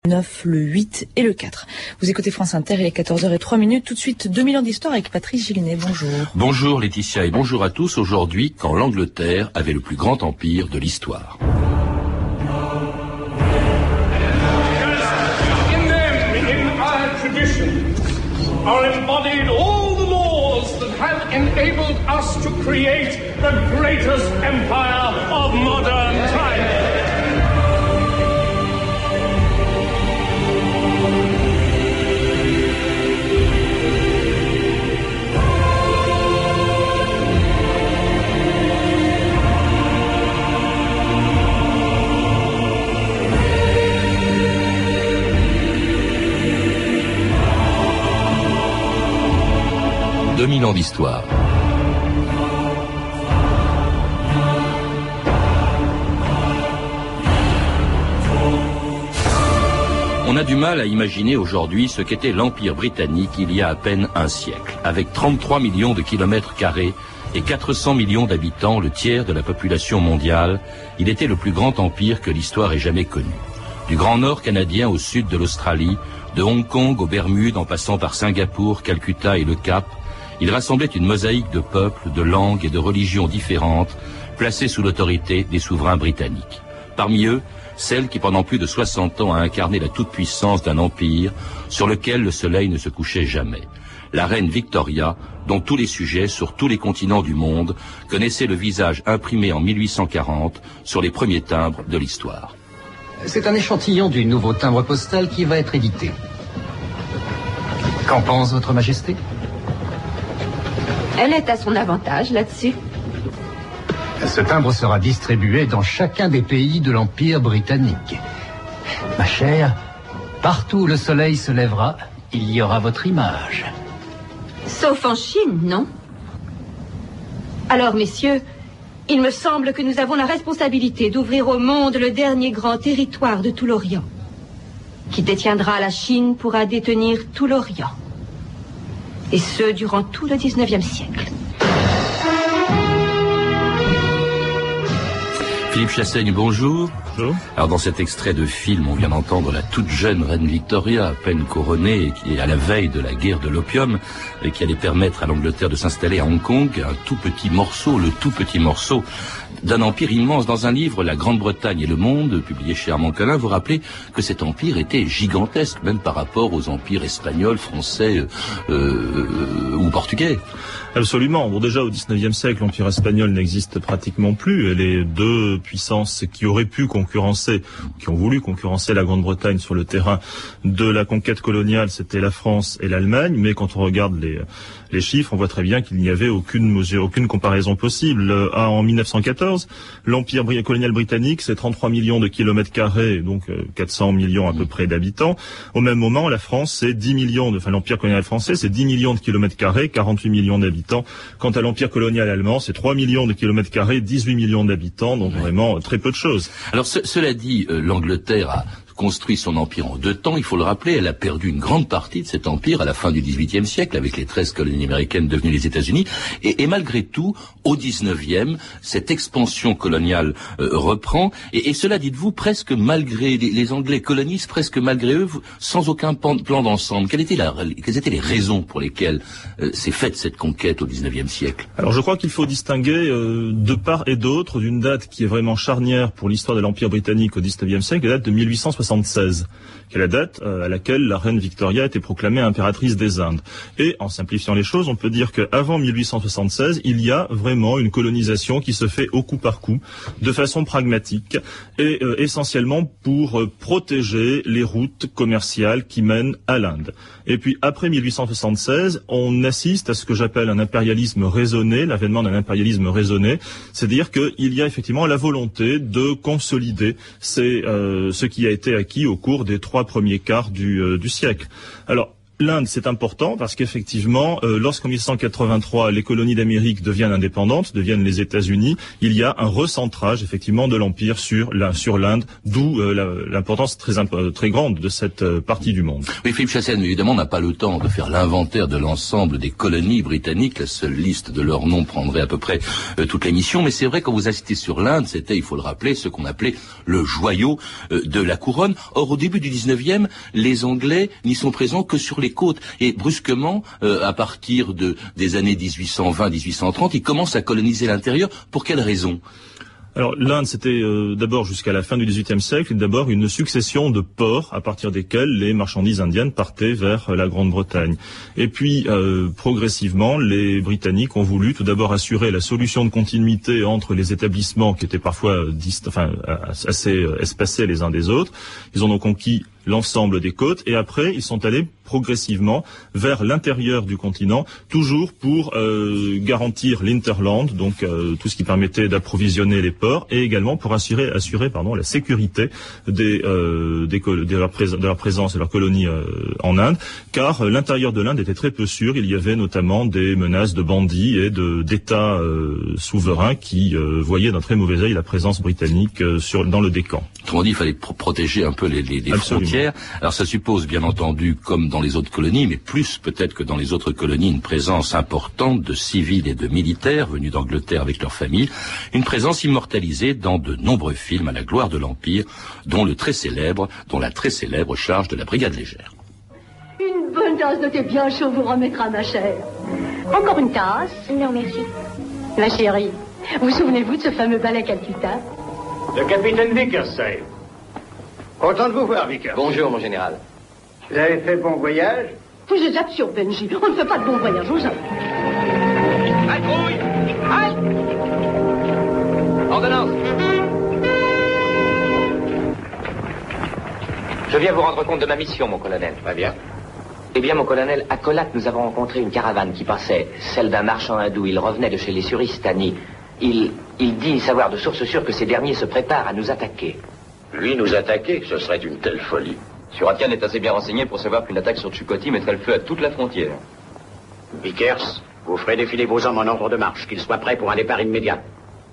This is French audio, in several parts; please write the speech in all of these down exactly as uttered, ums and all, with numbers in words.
neuf, le huit et le quatre. Vous écoutez France Inter, il est quatorze heures zéro trois minutes. Tout de suite, deux mille ans d'histoire avec Patrice Gillinet. Bonjour. Bonjour Laetitia et bonjour à tous. Aujourd'hui, quand l'Angleterre avait le plus grand empire de l'histoire. In them, in our tradition, are embodied all the laws that have enabled us to create the greatest empire of modern times. deux mille ans d'histoire. On a du mal à imaginer aujourd'hui ce qu'était l'Empire britannique il y a à peine un siècle. Avec trente-trois millions de kilomètres carrés et quatre cents millions d'habitants, le tiers de la population mondiale, il était le plus grand empire que l'histoire ait jamais connu. Du Grand Nord canadien au sud de l'Australie, de Hong Kong aux Bermudes en passant par Singapour, Calcutta et le Cap, il rassemblait une mosaïque de peuples, de langues et de religions différentes, placées sous l'autorité des souverains britanniques. Parmi eux, celle qui pendant plus de soixante ans a incarné la toute-puissance d'un empire sur lequel le soleil ne se couchait jamais. La reine Victoria, dont tous les sujets sur tous les continents du monde connaissaient le visage imprimé en mille huit cent quarante sur les premiers timbres de l'histoire. C'est un échantillon du nouveau timbre postal qui va être édité. Qu'en pense votre majesté ? Elle est à son avantage là-dessus. Ce timbre sera distribué dans chacun des pays de l'Empire britannique. Ma chère, partout où le soleil se lèvera, il y aura votre image. Sauf en Chine, non? Alors, messieurs, il me semble que nous avons la responsabilité d'ouvrir au monde le dernier grand territoire de tout l'Orient. Qui détiendra la Chine pourra détenir tout l'Orient. Et ce, durant tout le dix-neuvième siècle. Philippe Chassaigne, bonjour. Bonjour. Alors dans cet extrait de film, on vient d'entendre la toute jeune reine Victoria, à peine couronnée, et qui est à la veille de la guerre de l'opium, et qui allait permettre à l'Angleterre de s'installer à Hong Kong, un tout petit morceau, le tout petit morceau d'un empire immense. Dans un livre, La Grande-Bretagne et le Monde, publié chez Armand Collin, vous rappelez que cet empire était gigantesque, même par rapport aux empires espagnols, français euh, euh, ou portugais. Absolument. Bon, déjà, au dix-neuvième siècle, l'Empire espagnol n'existe pratiquement plus. Et les deux puissances qui auraient pu concurrencer, qui ont voulu concurrencer la Grande-Bretagne sur le terrain de la conquête coloniale, c'était la France et l'Allemagne. Mais quand on regarde les, les chiffres, on voit très bien qu'il n'y avait aucune mesure, aucune comparaison possible. En mille neuf cent quatorze, l'Empire colonial britannique, c'est trente-trois millions de kilomètres carrés, donc quatre cents millions à peu près d'habitants. Au même moment, la France, c'est dix millions de, enfin, l'Empire colonial français, c'est dix millions de kilomètres carrés, quarante-huit millions d'habitants. Quant à l'Empire colonial allemand, c'est trois millions de kilomètres carrés, dix-huit millions d'habitants, donc vraiment très peu de choses. Alors ce, cela dit, euh, l'Angleterre a construit son empire en deux temps, il faut le rappeler, elle a perdu une grande partie de cet empire à la fin du dix-huitième siècle avec les treize colonies américaines devenues les États-Unis, et, et malgré tout, au dix-neuvième, cette expansion coloniale euh, reprend, et, et cela, dites-vous, presque malgré, les, les Anglais colonisent presque malgré eux, sans aucun plan, plan d'ensemble. Quelle était la, quelles étaient les raisons pour lesquelles euh, s'est faite cette conquête au dix-neuvième siècle? Alors je crois qu'il faut distinguer euh, de part et d'autre d'une date qui est vraiment charnière pour l'histoire de l'Empire britannique au dix-neuvième siècle, la date de mille huit cent soixante-seize, qui est la date euh, à laquelle la reine Victoria a été proclamée impératrice des Indes. Et en simplifiant les choses, on peut dire qu'avant mille huit cent soixante-seize, il y a vraiment une colonisation qui se fait au coup par coup, de façon pragmatique, et euh, essentiellement pour euh, protéger les routes commerciales qui mènent à l'Inde. Et puis après mille huit cent soixante-seize, on assiste à ce que j'appelle un impérialisme raisonné, l'avènement d'un impérialisme raisonné, c'est-à-dire qu'il y a effectivement la volonté de consolider ces, euh, ce qui a été acquis au cours des trois premiers quarts du, euh, du siècle. Alors, l'Inde, c'est important parce qu'effectivement, euh, lorsqu'en mille cent quatre-vingt-trois, les colonies d'Amérique deviennent indépendantes, deviennent les États-Unis, il y a un recentrage effectivement de l'empire sur la, sur l'Inde, d'où euh, la, l'importance très très grande de cette euh, partie du monde. Oui, Philippe Chassaigne, évidemment, on n'a pas le temps de faire l'inventaire de l'ensemble des colonies britanniques. La seule liste de leurs noms prendrait à peu près euh, toute l'émission. Mais c'est vrai, quand vous assistez sur l'Inde, c'était, il faut le rappeler, ce qu'on appelait le joyau euh, de la couronne. Or, au début du dix-neuvième, les Anglais n'y sont présents que sur les côtes. Et brusquement, euh, à partir de des années dix-huit cent vingt dix-huit cent trente, ils commencent à coloniser l'intérieur. Pour quelles raisons ? Alors l'Inde, c'était euh, d'abord jusqu'à la fin du dix-huitième siècle, d'abord une succession de ports à partir desquels les marchandises indiennes partaient vers la Grande-Bretagne. Et puis euh, progressivement, les Britanniques ont voulu tout d'abord assurer la solution de continuité entre les établissements qui étaient parfois dist- enfin, assez espacés les uns des autres. Ils en ont conquis l'ensemble des côtes et après ils sont allés progressivement vers l'intérieur du continent, toujours pour euh, garantir l'interland, donc euh, tout ce qui permettait d'approvisionner les ports, et également pour assurer, assurer pardon, la sécurité des, euh, des de, leur prés- de leur présence et de leur colonie euh, en Inde, car euh, l'intérieur de l'Inde était très peu sûr. Il y avait notamment des menaces de bandits et de, d'États euh, souverains qui euh, voyaient d'un très mauvais œil la présence britannique euh, sur, dans le Décan. Autrement dit, il fallait pro- protéger un peu les, les, les frontières. Alors ça suppose bien entendu, comme dans les autres colonies, mais plus peut-être que dans les autres colonies, une présence importante de civils et de militaires venus d'Angleterre avec leurs familles, une présence immortalisée dans de nombreux films à la gloire de l'Empire, dont le très célèbre, dont la très célèbre Charge de la Brigade légère. Une bonne tasse de thé bien chaud vous remettra, ma chère. Encore une tasse? Non, merci. Ma chérie, vous souvenez-vous de ce fameux bal à Calcutta? Le capitaine Vickers, Sahib. Content de vous voir, Vickers. Bonjour, mon général. Vous avez fait bon voyage? Vous êtes absurde, Benji. On ne fait pas de bon voyage aux hommes. Patrouille! Halte! Ordonnance! Je viens vous rendre compte de ma mission, mon colonel. Très bien. Eh bien, mon colonel, à Kolat, nous avons rencontré une caravane qui passait, celle d'un marchand hindou. Il revenait de chez les Suristani. Il, il dit savoir de source sûre que ces derniers se préparent à nous attaquer. Lui nous attaquer, ce serait une telle folie. Suratian est assez bien renseigné pour savoir qu'une attaque sur Chukoti mettrait le feu à toute la frontière. Vickers, vous ferez défiler vos hommes en ordre de marche, qu'ils soient prêts pour un départ immédiat.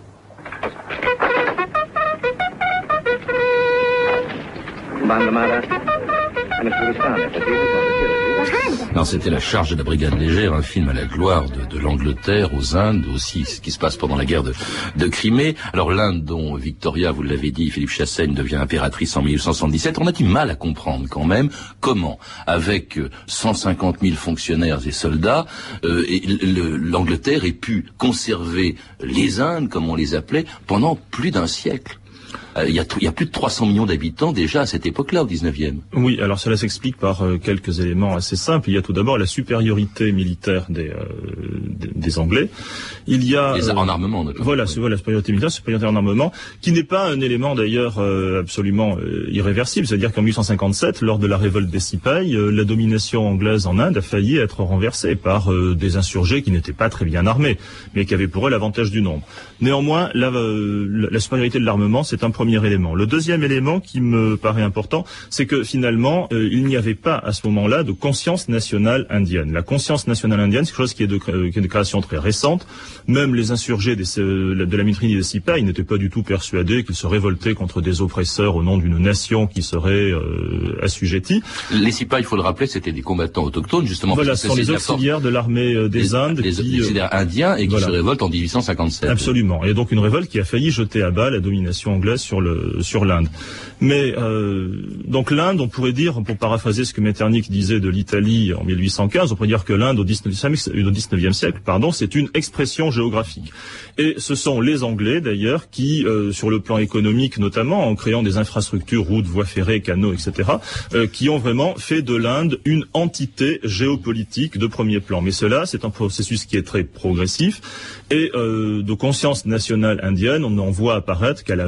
Non, c'était la Charge de la Brigade légère, un film à la gloire de, de l'Angleterre, aux Indes, aussi ce qui se passe pendant la guerre de, de Crimée. Alors l'Inde, dont Victoria, vous l'avez dit, Philippe Chassaigne devient impératrice en mille huit cent soixante-dix-sept, on a du mal à comprendre quand même comment, avec cent cinquante mille fonctionnaires et soldats, euh, et le, l'Angleterre ait pu conserver les Indes, comme on les appelait, pendant plus d'un siècle. Il y, a, il y a plus de trois cents millions d'habitants déjà à cette époque-là, au dix-neuvième. Oui, alors cela s'explique par euh, quelques éléments assez simples. Il y a tout d'abord la supériorité militaire des, euh, des, des Anglais. Il y a Les, euh, en armement, notamment. Voilà, c'est voilà, la supériorité militaire, la supériorité en armement, qui n'est pas un élément d'ailleurs euh, absolument euh, irréversible. C'est-à-dire qu'en mille huit cent cinquante-sept, lors de la révolte des Sipais, euh, la domination anglaise en Inde a failli être renversée par euh, des insurgés qui n'étaient pas très bien armés, mais qui avaient pour eux l'avantage du nombre. Néanmoins, la, euh, la supériorité de l'armement, c'est un premier élément. Le deuxième élément qui me paraît important, c'est que finalement, euh, il n'y avait pas à ce moment-là de conscience nationale indienne. La conscience nationale indienne, c'est quelque chose qui est de, euh, qui est de création très récente. Même les insurgés des, euh, de la Mitrini des Sipais, ils n'étaient pas du tout persuadés qu'ils se révoltaient contre des oppresseurs au nom d'une nation qui serait euh, assujettie. Les Sipais, il faut le rappeler, c'était des combattants autochtones, justement. Voilà, ce sont les auxiliaires de l'armée euh, des les, Indes. Les, qui, les auxiliaires euh, indiens et qui voilà. se révoltent en dix-huit cent cinquante-sept. Absolument. Et donc une révolte qui a failli jeter à bas la domination anglaise sur le sur l'Inde. Mais euh, donc l'Inde, on pourrait dire, pour paraphraser ce que Metternich disait de l'Italie en mille huit cent quinze, on pourrait dire que l'Inde au dix-neuvième siècle, pardon, c'est une expression géographique. Et ce sont les Anglais d'ailleurs qui, euh, sur le plan économique notamment, en créant des infrastructures, routes, voies ferrées, canaux, et cetera, euh, qui ont vraiment fait de l'Inde une entité géopolitique de premier plan. Mais cela, c'est un processus qui est très progressif et euh, de conscience nationale indienne, on n'en voit apparaître qu'à la veille de la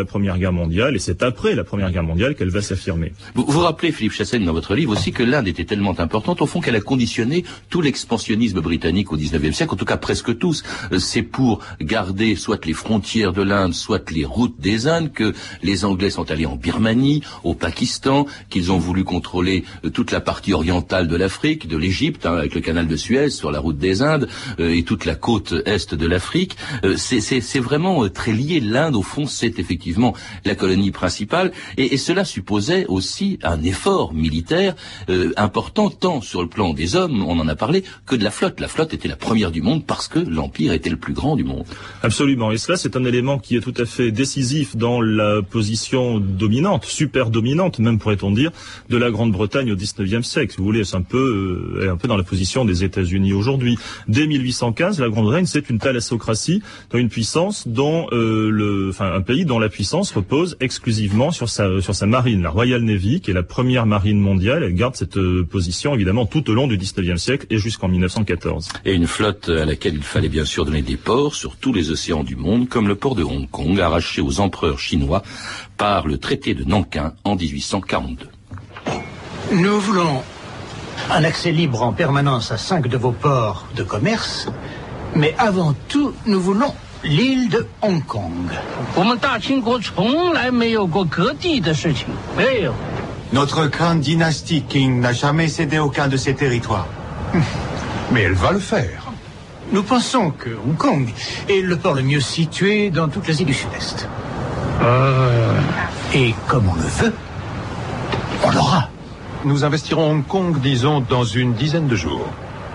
Première Guerre mondiale, et c'est après la Première Guerre mondiale qu'elle va s'affirmer. Vous vous rappelez, Philippe Chassaigne, dans votre livre aussi, que l'Inde était tellement importante, au fond, qu'elle a conditionné tout l'expansionnisme britannique au dix-neuvième siècle, en tout cas presque tous. C'est pour garder soit les frontières de l'Inde, soit les routes des Indes, que les Anglais sont allés en Birmanie, au Pakistan, qu'ils ont voulu contrôler toute la partie orientale de l'Afrique, de l'Égypte, hein, avec le canal de Suez sur la route des Indes, euh, et toute la côte est de l'Afrique. Euh, c'est, c'est, c'est vraiment euh, très lié. L'Inde, au fond, c'est effectivement la colonie principale, et, et cela supposait aussi un effort militaire euh, important, tant sur le plan des hommes, on en a parlé, que de la flotte. La flotte était la première du monde parce que l'Empire était le plus grand du monde. Absolument, et cela c'est un élément qui est tout à fait décisif dans la position dominante, super dominante, même pourrait-on dire, de la Grande-Bretagne au dix-neuvième siècle. Si vous voulez, c'est un peu, euh, un peu dans la position des États-Unis aujourd'hui. Dès mille huit cent quinze, la Grande-Bretagne, c'est une thalassocratie, dans une puissance dont euh, le, enfin un pays dont la puissance repose exclusivement sur sa, sur sa marine, la Royal Navy, qui est la première marine mondiale. Elle garde cette euh, position évidemment tout au long du dix-neuvième siècle et jusqu'en mille neuf cent quatorze. Et une flotte à laquelle il fallait bien sûr donner des ports sur tous les océans du monde, comme le port de Hong Kong, arraché aux empereurs chinois par le traité de Nankin en dix-huit cent quarante-deux. Nous voulons un accès libre en permanence à cinq de vos ports de commerce, mais avant tout, nous voulons l'île de Hong Kong. Notre grande dynastie Qing n'a jamais cédé aucun de ses territoires. Mais elle va le faire. Nous pensons que Hong Kong est le port le mieux situé dans toute l'Asie du Sud-Est. Euh... Et comme on le veut, on l'aura. Nous investirons Hong Kong, disons, dans une dizaine de jours.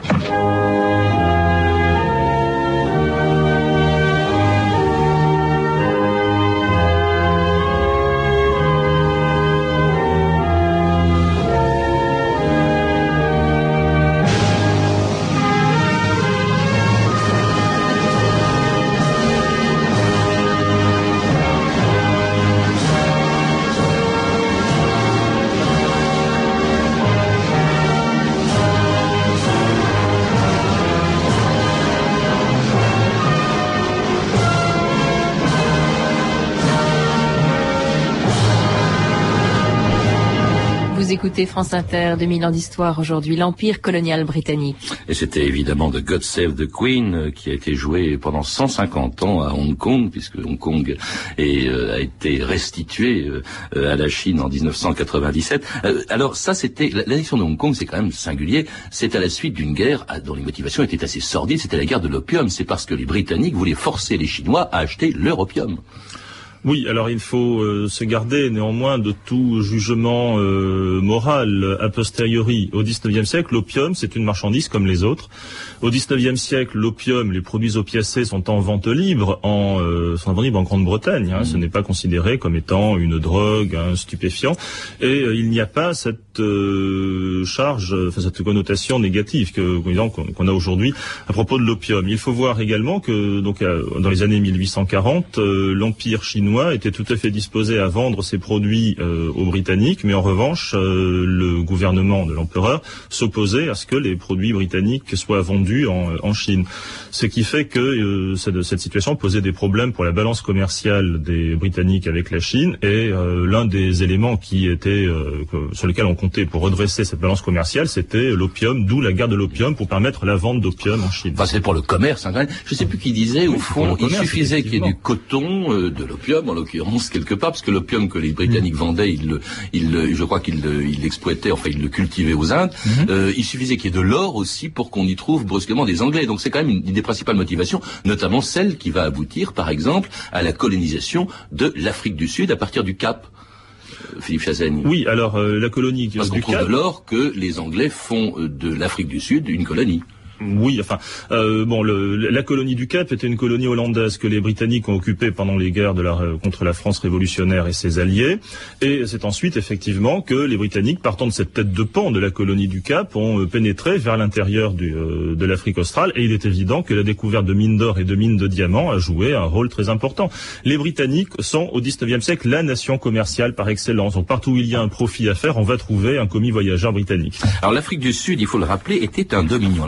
Écoutez France Inter, deux mille ans d'histoire aujourd'hui, l'Empire colonial britannique. Et c'était évidemment de God Save the Queen qui a été joué pendant cent cinquante ans à Hong Kong, puisque Hong Kong est, euh, a été restitué euh, à la Chine en dix-neuf cent quatre-vingt-dix-sept. Euh, alors ça, c'était l'annexion de Hong Kong, c'est quand même singulier. C'est à la suite d'une guerre dont les motivations étaient assez sordides. C'était la guerre de l'opium. C'est parce que les Britanniques voulaient forcer les Chinois à acheter leur opium. Oui, alors il faut euh, se garder néanmoins de tout jugement euh, moral a posteriori. Au dix-neuvième siècle, l'opium, c'est une marchandise comme les autres. Au dix-neuvième siècle, l'opium, les produits opiacés sont en vente libre en, euh, sont en vente libre en Grande-Bretagne. Hein. Mmh. Ce n'est pas considéré comme étant une drogue, un stupéfiant. Et euh, il n'y a pas cette euh, charge, enfin cette connotation négative que, qu'on, qu'on a aujourd'hui à propos de l'opium. Il faut voir également que donc euh, dans les années mille huit cent quarante, euh, l'Empire chinois était tout à fait disposé à vendre ses produits euh, aux Britanniques, mais en revanche, euh, le gouvernement de l'empereur s'opposait à ce que les produits britanniques soient vendus en, en Chine. Ce qui fait que euh, cette, cette situation posait des problèmes pour la balance commerciale des Britanniques avec la Chine, et euh, l'un des éléments qui était euh, sur lesquels on comptait pour redresser cette balance commerciale, c'était l'opium, d'où la guerre de l'opium pour permettre la vente d'opium en Chine. Enfin, c'est pour le commerce, hein, quand même. Je ne sais plus qui disait, au oui, fond, il suffisait qu'il y ait du coton, euh, de l'opium, en l'occurrence quelque part, parce que l'opium que les Britanniques mmh. vendaient, ils le, ils le, je crois qu'ils le, ils l'exploitaient, enfin ils le cultivaient aux Indes. Mmh. Euh, il suffisait qu'il y ait de l'or aussi pour qu'on y trouve brusquement des Anglais. Donc c'est quand même une, une des principales motivations, notamment celle qui va aboutir, par exemple, à la colonisation de l'Afrique du Sud à partir du Cap. Philippe Chassaigne. Oui, alors euh, la colonie parce qu'on du trouve Cap... de l'or que les Anglais font de l'Afrique du Sud une colonie. Oui, enfin, euh, bon, le, la colonie du Cap était une colonie hollandaise que les Britanniques ont occupée pendant les guerres de la, contre la France révolutionnaire et ses alliés. Et c'est ensuite, effectivement, que les Britanniques, partant de cette tête de pan de la colonie du Cap, ont pénétré vers l'intérieur du, euh, de l'Afrique australe. Et il est évident que la découverte de mines d'or et de mines de diamants a joué un rôle très important. Les Britanniques sont, au dix-neuvième siècle, la nation commerciale par excellence. Donc, partout où il y a un profit à faire, on va trouver un commis voyageur britannique. Alors, l'Afrique du Sud, il faut le rappeler, était un dominion. Alors, ce qui est frappant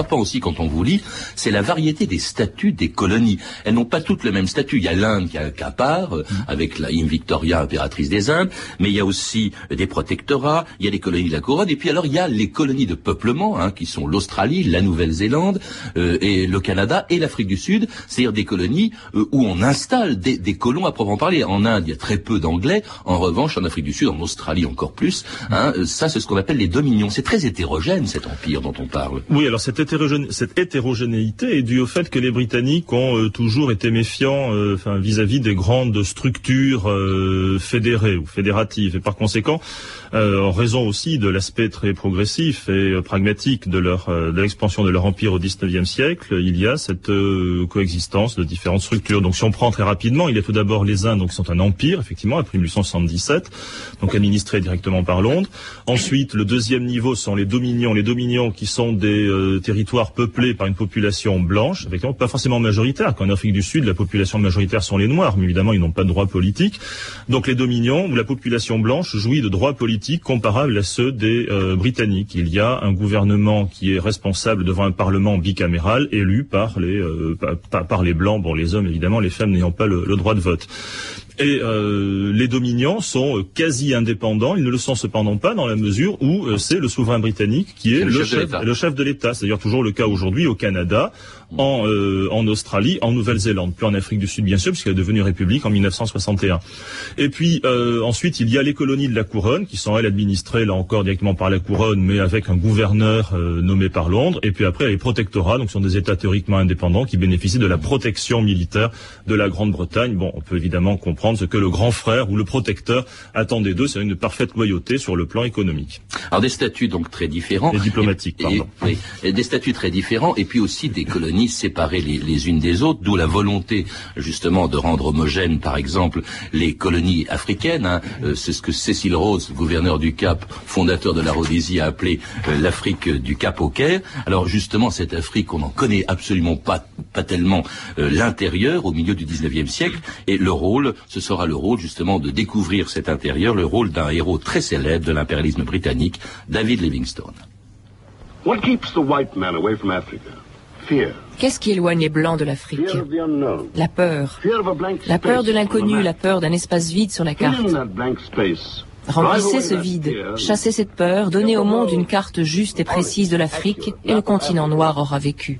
frappant aussi quand on vous lit, c'est la variété des statuts des colonies. Elles n'ont pas toutes le même statut. Il y a l'Inde qui a un cas à part, euh, avec la Reine Victoria, impératrice des Indes, mais il y a aussi des protectorats, il y a des colonies de la couronne, et puis alors il y a les colonies de peuplement, hein, qui sont l'Australie, la Nouvelle-Zélande, euh, et le Canada et l'Afrique du Sud, c'est-à-dire des colonies euh, où on installe des, des colons à proprement parler. En Inde, il y a très peu d'anglais. En revanche, en Afrique du Sud, en Australie encore plus, hein, ça c'est ce qu'on appelle les dominions. C'est très hétérogène cet empire dont on parle. Oui, alors cette, hétérogène, cette hétérogénéité est due au fait que les Britanniques ont euh, toujours été méfiants euh, enfin, vis-à-vis des grandes structures euh, fédérées ou fédératives. Et par conséquent, euh, en raison aussi de l'aspect très progressif et euh, pragmatique de, leur, euh, de l'expansion de leur empire au dix-neuvième siècle, il y a cette euh, coexistence de différentes structures. Donc si on prend très rapidement, il y a tout d'abord les Indes, donc qui sont un empire, effectivement, après mille huit cent soixante-dix-sept, donc administré directement par Londres. Ensuite, le deuxième niveau sont les dominions. Les dominions qui sont des euh, territoires peuplés par une population blanche, effectivement pas forcément majoritaire, qu'en Afrique du Sud, la population majoritaire sont les Noirs, mais évidemment, ils n'ont pas de droits politiques. Donc les dominions, où la population blanche jouit de droits politiques comparables à ceux des euh, Britanniques. Il y a un gouvernement qui est responsable devant un parlement bicaméral, élu par les, euh, par, par les Blancs, bon les hommes évidemment, les femmes n'ayant pas le, le droit de vote. Et euh, les dominions sont quasi indépendants. Ils ne le sont cependant pas dans la mesure où euh, c'est le souverain britannique qui est, est le, le, chef, chef le chef de l'État. C'est d'ailleurs toujours le cas aujourd'hui au Canada, en, euh, en Australie, en Nouvelle-Zélande, puis en Afrique du Sud bien sûr, puisqu'elle est devenue république en mille neuf cent soixante et un. Et puis euh, ensuite il y a les colonies de la couronne qui sont elles administrées là encore directement par la couronne, mais avec un gouverneur euh, nommé par Londres. Et puis après les protectorats, donc ce sont des États théoriquement indépendants qui bénéficient de la protection militaire de la Grande-Bretagne. Bon, on peut évidemment comprendre ce que le grand frère ou le protecteur attendait d'eux, c'est une parfaite loyauté sur le plan économique. Alors des statuts donc très différents. Et diplomatiques, et, pardon. Et, oui, et des statuts très différents, et puis aussi des colonies séparées les, les unes des autres, d'où la volonté justement de rendre homogènes, par exemple, les colonies africaines. Hein. Euh, c'est ce que Cecil Rhodes, gouverneur du Cap, fondateur de la Rhodésie, a appelé euh, l'Afrique du Cap au Caire. Alors justement, cette Afrique, on n'en connaît absolument pas, pas tellement euh, l'intérieur au milieu du dix-neuvième siècle, et le rôle, ce sera le rôle justement de découvrir cet intérieur, le rôle d'un héros très célèbre de l'impérialisme britannique, David Livingstone. What keeps the white man away from Africa? Fear. Qu'est-ce qui éloigne les Blancs de l'Afrique? La peur. La peur de l'inconnu, la peur d'un espace vide sur la carte. Remplissez ce vide, chassez cette peur, donnez au monde une carte juste et précise de l'Afrique, et le continent noir aura vécu.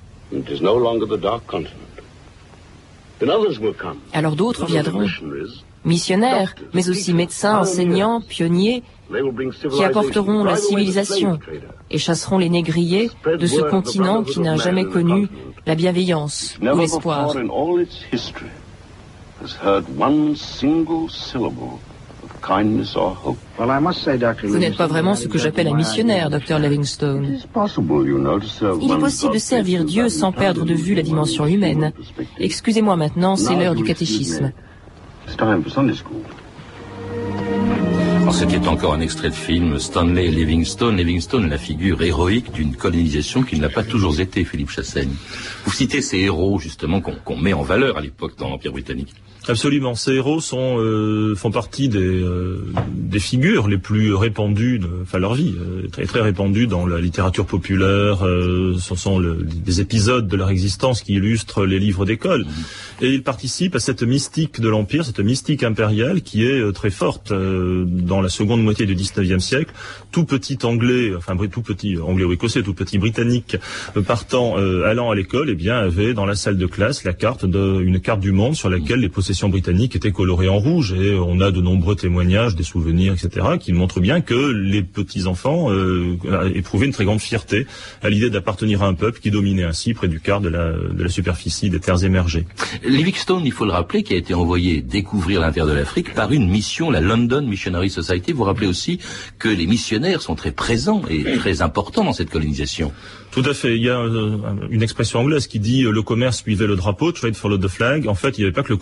Alors d'autres viendront, missionnaires, mais aussi médecins, enseignants, pionniers, qui apporteront la civilisation et chasseront les négriers de ce continent qui n'a jamais connu la bienveillance ou l'espoir. Vous n'êtes pas vraiment ce que j'appelle un missionnaire, docteur Livingstone. Il est possible de servir Dieu sans perdre de vue la dimension humaine. Excusez-moi maintenant, c'est l'heure du catéchisme. C'était encore un extrait de film, Stanley Livingstone. Livingstone, la figure héroïque d'une colonisation qui ne l'a pas toujours été, Philippe Chassaigne. Vous citez ces héros, justement, qu'on qu'on met en valeur à l'époque dans l'Empire britannique. Absolument. Ces héros sont, euh, font partie des, euh, des figures les plus répandues, de, enfin leur vie, euh, très, très répandues dans la littérature populaire. Euh, ce sont le, des épisodes de leur existence qui illustrent les livres d'école. Mmh. Et ils participent à cette mystique de l'Empire, cette mystique impériale qui est euh, très forte euh, dans la seconde moitié du dix-neuvième siècle. Tout petit anglais, enfin tout petit anglais ou écossais, tout petit britannique euh, partant, euh, allant à l'école, eh bien avait dans la salle de classe la carte de, une carte du monde sur laquelle les possessions britanniques étaient colorées en rouge, et on a de nombreux témoignages, des souvenirs, et cetera, qui montrent bien que les petits-enfants euh, éprouvaient une très grande fierté à l'idée d'appartenir à un peuple qui dominait ainsi près du quart de la, de la superficie des terres émergées. Livingstone, il faut le rappeler, qui a été envoyé découvrir l'intérieur de l'Afrique par une mission, la London Missionary Society. Vous rappelez aussi que les missionnaires sont très présents et très importants dans cette colonisation. Tout à fait. Il y a euh, une expression anglaise qui dit euh, le commerce suivait le drapeau, trade followed the flag. En fait, il n'y avait pas que le commerce qui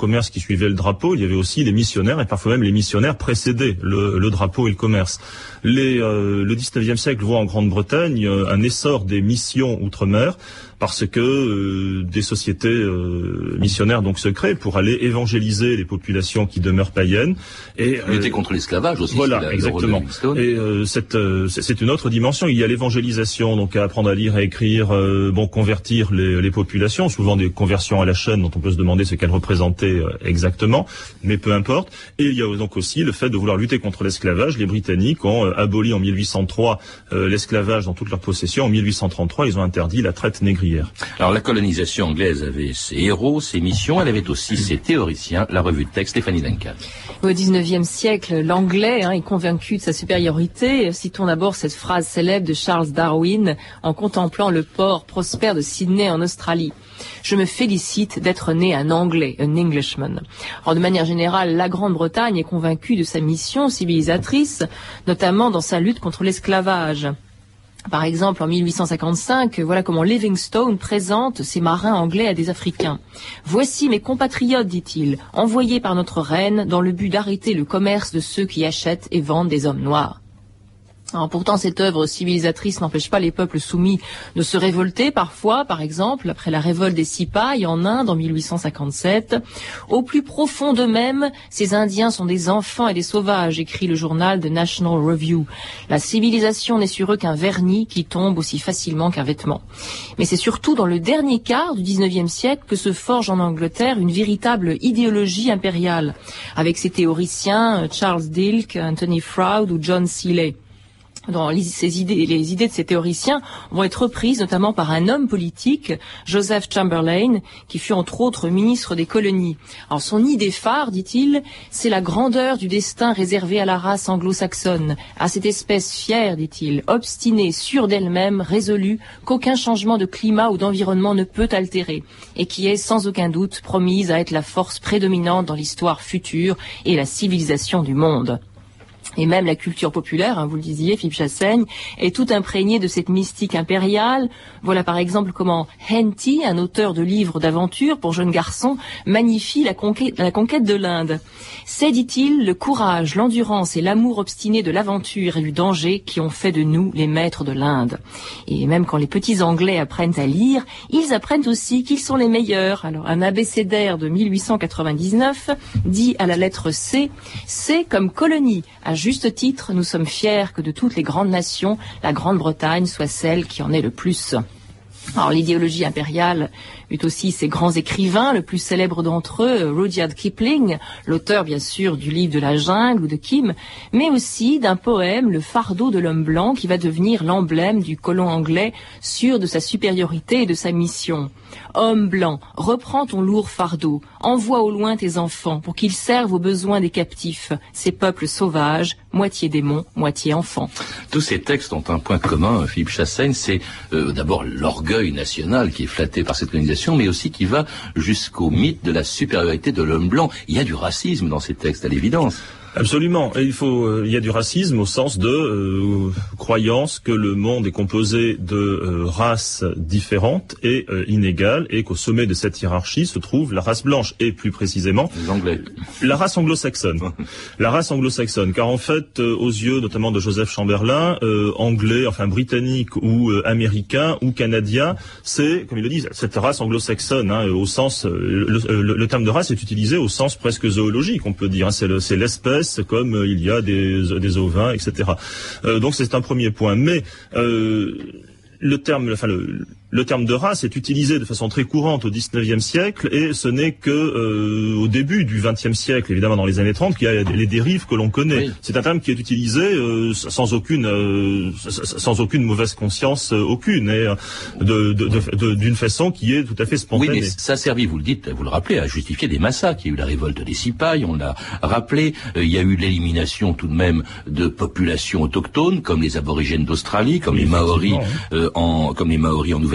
suivaient le drapeau, il y avait aussi les missionnaires, et parfois même les missionnaires précédaient le, le drapeau et le commerce. Les, euh, le dix-neuvième siècle voit en Grande-Bretagne euh, un essor des missions outre-mer, parce que euh, des sociétés euh, missionnaires donc se créent pour aller évangéliser les populations qui demeurent païennes et euh, lutter contre l'esclavage aussi. Voilà, la, exactement. Et euh, cette, euh, c'est une autre dimension. Il y a l'évangélisation, donc à apprendre à lire, à écrire, euh, bon, convertir les, les populations, souvent des conversions à la chaîne dont on peut se demander ce qu'elles représentaient euh, exactement, mais peu importe. Et il y a donc aussi le fait de vouloir lutter contre l'esclavage. Les Britanniques ont euh, aboli en mille huit cent trois euh, l'esclavage dans toutes leurs possessions. En mille huit cent trente-trois, ils ont interdit la traite négrière. Alors la colonisation anglaise avait ses héros, ses missions, elle avait aussi ses théoriciens, la revue de texte Stéphanie Duncan. Au dix-neuvième siècle, l'anglais hein, est convaincu de sa supériorité. Citons d'abord cette phrase célèbre de Charles Darwin en contemplant le port prospère de Sydney en Australie. Je me félicite d'être né un Anglais, un Englishman. Alors, de manière générale, la Grande-Bretagne est convaincue de sa mission civilisatrice, notamment dans sa lutte contre l'esclavage. Par exemple, en mille huit cent cinquante-cinq, voilà comment Livingstone présente ses marins anglais à des Africains. « Voici mes compatriotes, dit-il, envoyés par notre reine dans le but d'arrêter le commerce de ceux qui achètent et vendent des hommes noirs. » Alors pourtant, cette œuvre civilisatrice n'empêche pas les peuples soumis de se révolter parfois, par exemple, après la révolte des Sipais en Inde en mille huit cent cinquante-sept. Au plus profond d'eux-mêmes, ces Indiens sont des enfants et des sauvages, écrit le journal The National Review. La civilisation n'est sur eux qu'un vernis qui tombe aussi facilement qu'un vêtement. Mais c'est surtout dans le dernier quart du dix-neuvième siècle que se forge en Angleterre une véritable idéologie impériale, avec ses théoriciens Charles Dilke, Anthony Froude ou John Seeley. Dans les, ces idées, les idées de ces théoriciens vont être reprises notamment par un homme politique, Joseph Chamberlain, qui fut entre autres ministre des colonies. Alors son idée phare, dit-il, c'est la grandeur du destin réservé à la race anglo-saxonne, à cette espèce fière, dit-il, obstinée, sûre d'elle-même, résolue, qu'aucun changement de climat ou d'environnement ne peut altérer, et qui est sans aucun doute promise à être la force prédominante dans l'histoire future et la civilisation du monde. Et même la culture populaire, hein, vous le disiez, Philippe Chassaigne, est tout imprégnée de cette mystique impériale. Voilà par exemple comment Henty, un auteur de livres d'aventure pour jeunes garçons, magnifie la conquête, la conquête de l'Inde. C'est, dit-il, le courage, l'endurance et l'amour obstiné de l'aventure et du danger qui ont fait de nous les maîtres de l'Inde. Et même quand les petits Anglais apprennent à lire, ils apprennent aussi qu'ils sont les meilleurs. Alors un abécédaire de mille huit cent quatre-vingt-dix-neuf dit à la lettre C, C comme colonie. À juste titre, nous sommes fiers que de toutes les grandes nations, la Grande-Bretagne soit celle qui en est le plus. Alors l'idéologie impériale eut aussi ses grands écrivains, le plus célèbre d'entre eux, Rudyard Kipling, l'auteur bien sûr du livre de la jungle ou de Kim, mais aussi d'un poème, Le fardeau de l'homme blanc, qui va devenir l'emblème du colon anglais, sûr de sa supériorité et de sa mission. Homme blanc, reprends ton lourd fardeau, envoie au loin tes enfants pour qu'ils servent aux besoins des captifs, ces peuples sauvages, moitié démons, moitié enfants. Tous ces textes ont un point commun, Philippe Chassaigne, c'est euh, d'abord l'orgueil national qui est flatté par cette colonisation, mais aussi qui va jusqu'au mythe de la supériorité de l'homme blanc. Il y a du racisme dans ces textes, à l'évidence. Absolument. Et il faut, euh, il y a du racisme au sens de euh, croyance que le monde est composé de euh, races différentes et euh, inégales, et qu'au sommet de cette hiérarchie se trouve la race blanche, et plus précisément les Anglais, la race anglo-saxonne. La race anglo-saxonne, car en fait, euh, aux yeux notamment de Joseph Chamberlain, euh, anglais, enfin britannique ou euh, américain ou canadien, c'est, comme ils le disent, cette race anglo-saxonne, hein, au sens, euh, le, le, le terme de race est utilisé au sens presque zoologique, on peut dire, hein, c'est, le, c'est l'espèce, comme euh, il y a des, des ovins, et cetera. Euh, donc c'est un premier point. Mais euh, le terme, enfin le, le terme de race est utilisé de façon très courante au dix-neuvième siècle, et ce n'est que euh, au début du vingtième siècle, évidemment dans les années trente, qu'il y a les dérives que l'on connaît. Oui. C'est un terme qui est utilisé euh, sans aucune euh, sans aucune mauvaise conscience euh, aucune, et de, de, de, de, d'une façon qui est tout à fait spontanée. Oui, mais ça a servi, vous le dites, vous le rappelez, à justifier des massacres. Il y a eu la révolte des Sipais, on l'a rappelé. Euh, il y a eu l'élimination tout de même de populations autochtones, comme les aborigènes d'Australie, comme oui, les Maoris, euh, en, comme les Maoris en Nouvelle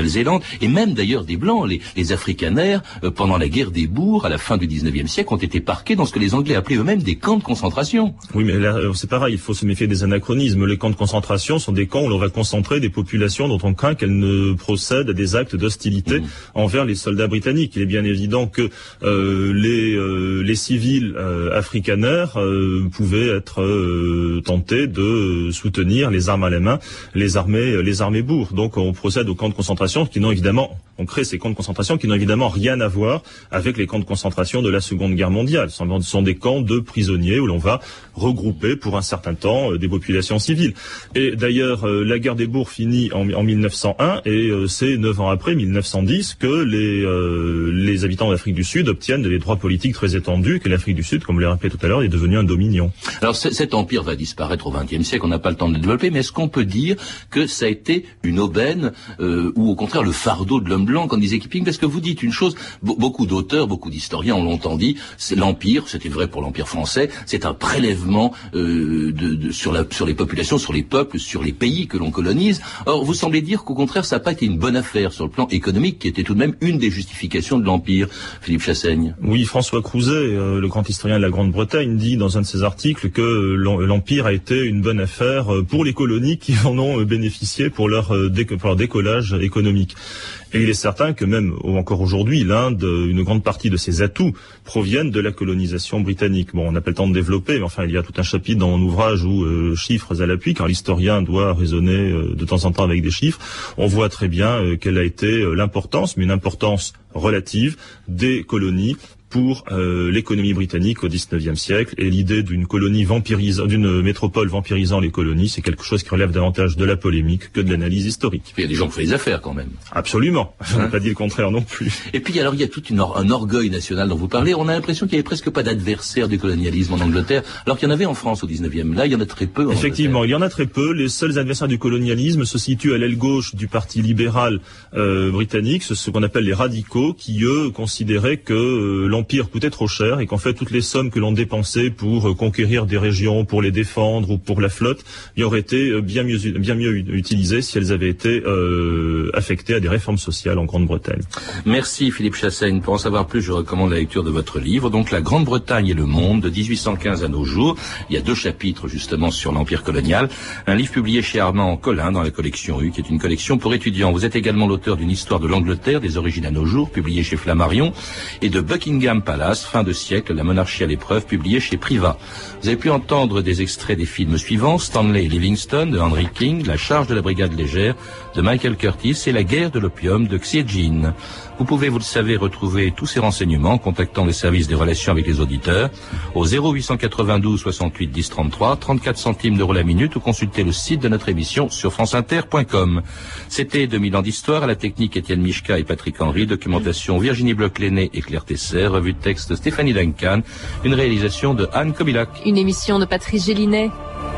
Nouvelle-Zélande, et même d'ailleurs des Blancs, les, les Afrikaners, euh, pendant la guerre des bourgs, à la fin du dix-neuvième siècle, ont été parqués dans ce que les Anglais appelaient eux-mêmes des camps de concentration. Oui, mais là, c'est pareil, il faut se méfier des anachronismes. Les camps de concentration sont des camps où l'on va concentrer des populations dont on craint qu'elles ne procèdent à des actes d'hostilité mmh. envers les soldats britanniques. Il est bien évident que euh, les, euh, les civils euh, afrikaners euh, pouvaient être euh, tentés de soutenir les armes à la main, les armées, les armées bourgs. Donc on procède aux camps de concentration qui n'ont évidemment, on crée ces camps de concentration qui n'ont évidemment rien à voir avec les camps de concentration de la Seconde Guerre mondiale. Ce sont des camps de prisonniers où l'on va regrouper pour un certain temps euh, des populations civiles. Et d'ailleurs, euh, la guerre des bourgs finit en, en mille neuf cent un et euh, c'est neuf ans après, mille neuf cent dix, que les, euh, les habitants d'Afrique du Sud obtiennent des droits politiques très étendus, que l'Afrique du Sud, comme vous l'avez rappelé tout à l'heure, est devenue un dominion. Alors cet empire va disparaître au vingtième siècle, on n'a pas le temps de le développer, mais est-ce qu'on peut dire que ça a été une aubaine euh, ou au contraire le fardeau de l'homme blanc, comme disait Kipling? Parce que vous dites une chose, be- beaucoup d'auteurs, beaucoup d'historiens ont longtemps dit, c'est l'empire, c'était vrai pour l'empire français, c'est un prélèvement euh, de, de, sur, la, sur les populations, sur les peuples, sur les pays que l'on colonise. Or, vous semblez dire qu'au contraire, ça n'a pas été une bonne affaire sur le plan économique, qui était tout de même une des justifications de l'empire. Philippe Chassaigne. Oui, François Crouzet, euh, le grand historien de la Grande-Bretagne, dit dans un de ses articles que l'empire a été une bonne affaire pour les colonies qui en ont bénéficié pour leur, pour leur décollage économique. Et il est certain que même encore aujourd'hui, l'Inde, une grande partie de ses atouts proviennent de la colonisation britannique. Bon, on n'a pas le temps de développer, mais enfin, il y a tout un chapitre dans mon ouvrage où, euh, chiffres à l'appui, car l'historien doit raisonner euh, de temps en temps avec des chiffres. On voit très bien euh, quelle a été euh, l'importance, mais une importance relative des colonies pour euh, l'économie britannique au dix-neuvième siècle, et l'idée d'une colonie vampirisant, d'une métropole vampirisant les colonies, c'est quelque chose qui relève davantage de la polémique que de l'analyse historique. Il y a des gens qui font les affaires quand même. Absolument, je hein n'ai pas dit le contraire non plus. Et puis alors il y a tout une or- un orgueil national dont vous parlez, on a l'impression qu'il n'y avait presque pas d'adversaire du colonialisme en Angleterre, alors qu'il y en avait en France au dix-neuvième. Là, il y en a très peu en Effectivement, il y en a très peu. Les seuls adversaires du colonialisme se situent à l'aile gauche du parti libéral euh, britannique, ce qu'on appelle les radicaux, qui eux considéraient que euh, l'empire coûtait trop cher et qu'en fait toutes les sommes que l'on dépensait pour euh, conquérir des régions, pour les défendre ou pour la flotte, y auraient été bien mieux bien mieux utilisées si elles avaient été euh, affectées à des réformes sociales en Grande-Bretagne. Merci Philippe Chassaigne. Pour en savoir plus, je recommande la lecture de votre livre. Donc la Grande-Bretagne et le monde de dix-huit cent quinze à nos jours. Il y a deux chapitres justement sur l'empire colonial. Un livre publié chez Armand Collin dans la collection U, qui est une collection pour étudiants. Vous êtes également l'auteur d'une histoire de l'Angleterre des origines à nos jours, publiée chez Flammarion, et de Buckingham Palace, fin de siècle, la monarchie à l'épreuve, publiée chez Privat. Vous avez pu entendre des extraits des films suivants: Stanley et Livingstone de Henry King, La charge de la brigade légère de Michael Curtis et La guerre de l'opium de Xie Jin. Vous pouvez, vous le savez, retrouver tous ces renseignements en contactant les services des relations avec les auditeurs au zéro huit cent quatre-vingt-douze soixante-huit dix trente-trois, trente-quatre centimes d'euros la minute, ou consulter le site de notre émission sur franceinter point com. C'était deux mille ans d'histoire, à la technique Étienne Michka et Patrick Henry, documentation Virginie Bloch-Lenné et Claire Tesser, revue de texte Stéphanie Duncan, une réalisation de Anne Kobilac. Une émission de Patrice Gélinet.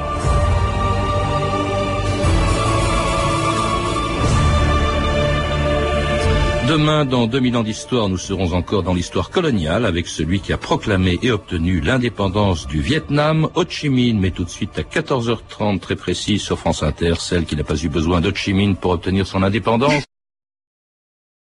Demain, dans deux mille ans d'histoire, nous serons encore dans l'histoire coloniale avec celui qui a proclamé et obtenu l'indépendance du Vietnam, Ho Chi Minh. Mais tout de suite à quatorze heures trente, très précis sur France Inter, celle qui n'a pas eu besoin d'Ho Chi Minh pour obtenir son indépendance.